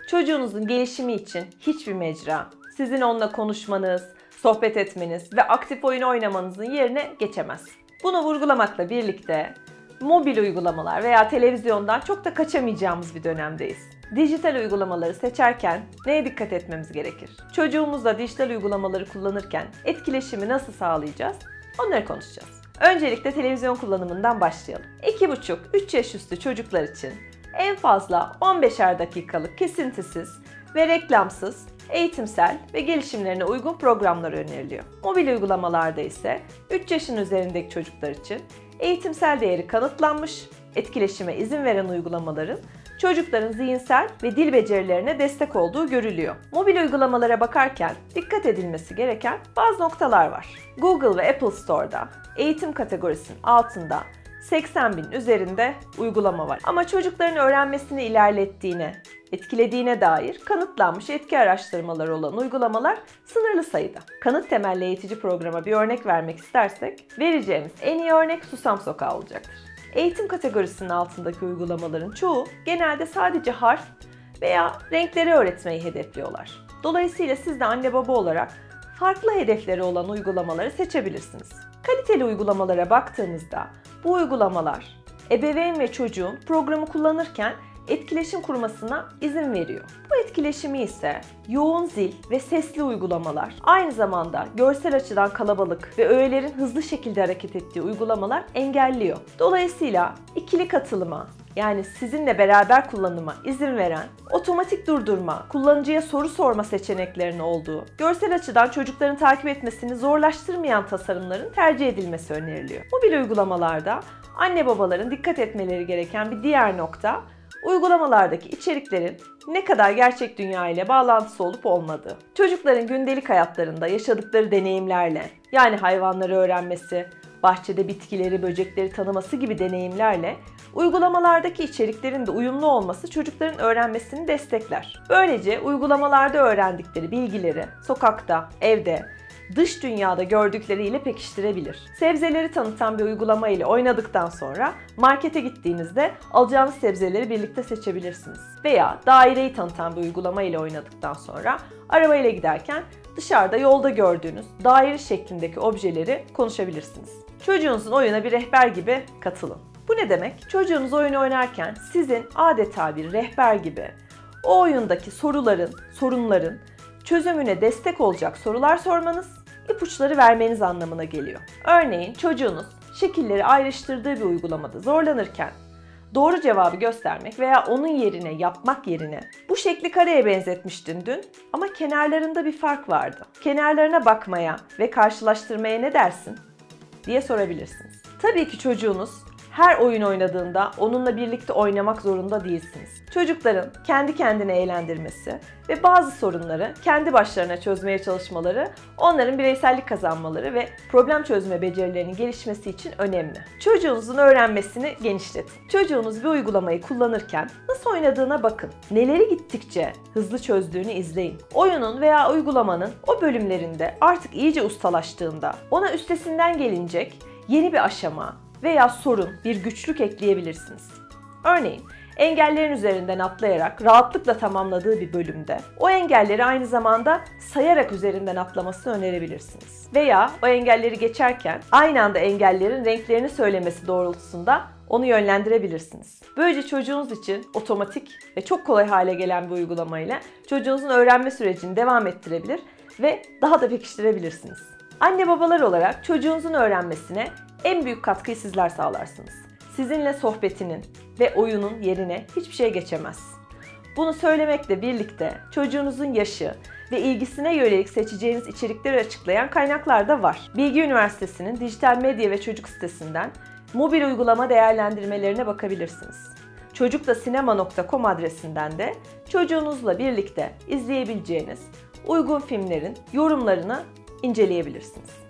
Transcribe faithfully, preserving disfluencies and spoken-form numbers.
Çocuğunuzun gelişimi için hiçbir mecra, sizin onunla konuşmanız, sohbet etmeniz ve aktif oyun oynamanızın yerine geçemez. Bunu vurgulamakla birlikte mobil uygulamalar veya televizyondan çok da kaçamayacağımız bir dönemdeyiz. Dijital uygulamaları seçerken neye dikkat etmemiz gerekir? Çocuğumuzla dijital uygulamaları kullanırken etkileşimi nasıl sağlayacağız? Onları konuşacağız. Öncelikle televizyon kullanımından başlayalım. iki buçuk üç yaş üstü çocuklar için en fazla on beşer dakikalık kesintisiz ve reklamsız, eğitimsel ve gelişimlerine uygun programlar öneriliyor. Mobil uygulamalarda ise üç yaşın üzerindeki çocuklar için eğitimsel değeri kanıtlanmış, etkileşime izin veren uygulamaların çocukların zihinsel ve dil becerilerine destek olduğu görülüyor. Mobil uygulamalara bakarken dikkat edilmesi gereken bazı noktalar var. Google ve Apple Store'da eğitim kategorisinin altında seksen bin üzerinde uygulama var. Ama çocukların öğrenmesini ilerlettiğine, etkilediğine dair kanıtlanmış etki araştırmaları olan uygulamalar sınırlı sayıda. Kanıt temelli eğitici programa bir örnek vermek istersek, vereceğimiz en iyi örnek Susam Sokağı olacaktır. Eğitim kategorisinin altındaki uygulamaların çoğu genelde sadece harf veya renkleri öğretmeyi hedefliyorlar. Dolayısıyla siz de anne baba olarak farklı hedefleri olan uygulamaları seçebilirsiniz. Kaliteli uygulamalara baktığımızda bu uygulamalar ebeveyn ve çocuğun programı kullanırken etkileşim kurmasına izin veriyor. Bu etkileşimi ise yoğun zil ve sesli uygulamalar, aynı zamanda görsel açıdan kalabalık ve öğelerin hızlı şekilde hareket ettiği uygulamalar engelliyor. Dolayısıyla ikili katılıma, yani sizinle beraber kullanıma izin veren, otomatik durdurma, kullanıcıya soru sorma seçeneklerinin olduğu, görsel açıdan çocukların takip etmesini zorlaştırmayan tasarımların tercih edilmesi öneriliyor. Mobil uygulamalarda anne babaların dikkat etmeleri gereken bir diğer nokta, uygulamalardaki içeriklerin ne kadar gerçek dünya ile bağlantısı olup olmadığı. Çocukların gündelik hayatlarında yaşadıkları deneyimlerle, yani hayvanları öğrenmesi, bahçede bitkileri, böcekleri tanıması gibi deneyimlerle uygulamalardaki içeriklerin de uyumlu olması çocukların öğrenmesini destekler. Böylece uygulamalarda öğrendikleri bilgileri sokakta, evde, dış dünyada gördükleriyle pekiştirebilir. Sebzeleri tanıtan bir uygulama ile oynadıktan sonra markete gittiğinizde alacağınız sebzeleri birlikte seçebilirsiniz. Veya daireyi tanıtan bir uygulama ile oynadıktan sonra arabayla giderken dışarıda yolda gördüğünüz daire şeklindeki objeleri konuşabilirsiniz. Çocuğunuzun oyuna bir rehber gibi katılın. Bu ne demek? Çocuğunuz oyun oynarken sizin adeta bir rehber gibi o oyundaki soruların, sorunların çözümüne destek olacak sorular sormanız, ipuçları vermeniz anlamına geliyor. Örneğin çocuğunuz şekilleri ayrıştırdığı bir uygulamada zorlanırken doğru cevabı göstermek veya onun yerine yapmak yerine bu şekli kareye benzetmiştin dün ama kenarlarında bir fark vardı. Kenarlarına bakmaya ve karşılaştırmaya ne dersin diye sorabilirsiniz. Tabii ki çocuğunuz her oyun oynadığında onunla birlikte oynamak zorunda değilsiniz. Çocukların kendi kendine eğlendirmesi ve bazı sorunları kendi başlarına çözmeye çalışmaları, onların bireysellik kazanmaları ve problem çözme becerilerinin gelişmesi için önemli. Çocuğunuzun öğrenmesini genişletin. Çocuğunuz bir uygulamayı kullanırken nasıl oynadığına bakın. Neleri gittikçe hızlı çözdüğünü izleyin. Oyunun veya uygulamanın o bölümlerinde artık iyice ustalaştığında ona üstesinden gelinecek yeni bir aşama veya sorun, bir güçlük ekleyebilirsiniz. Örneğin engellerin üzerinden atlayarak rahatlıkla tamamladığı bir bölümde o engelleri aynı zamanda sayarak üzerinden atlamasını önerebilirsiniz. Veya o engelleri geçerken aynı anda engellerin renklerini söylemesi doğrultusunda onu yönlendirebilirsiniz. Böylece çocuğunuz için otomatik ve çok kolay hale gelen bir uygulamayla çocuğunuzun öğrenme sürecini devam ettirebilir ve daha da pekiştirebilirsiniz. Anne babalar olarak çocuğunuzun öğrenmesine en büyük katkıyı sizler sağlarsınız. Sizinle sohbetinin ve oyunun yerine hiçbir şey geçemez. Bunu söylemekle birlikte çocuğunuzun yaşı ve ilgisine yönelik seçeceğiniz içerikleri açıklayan kaynaklar da var. Bilgi Üniversitesi'nin dijital medya ve çocuk sitesinden mobil uygulama değerlendirmelerine bakabilirsiniz. çocukdasinema nokta com adresinden de çocuğunuzla birlikte izleyebileceğiniz uygun filmlerin yorumlarını inceleyebilirsiniz.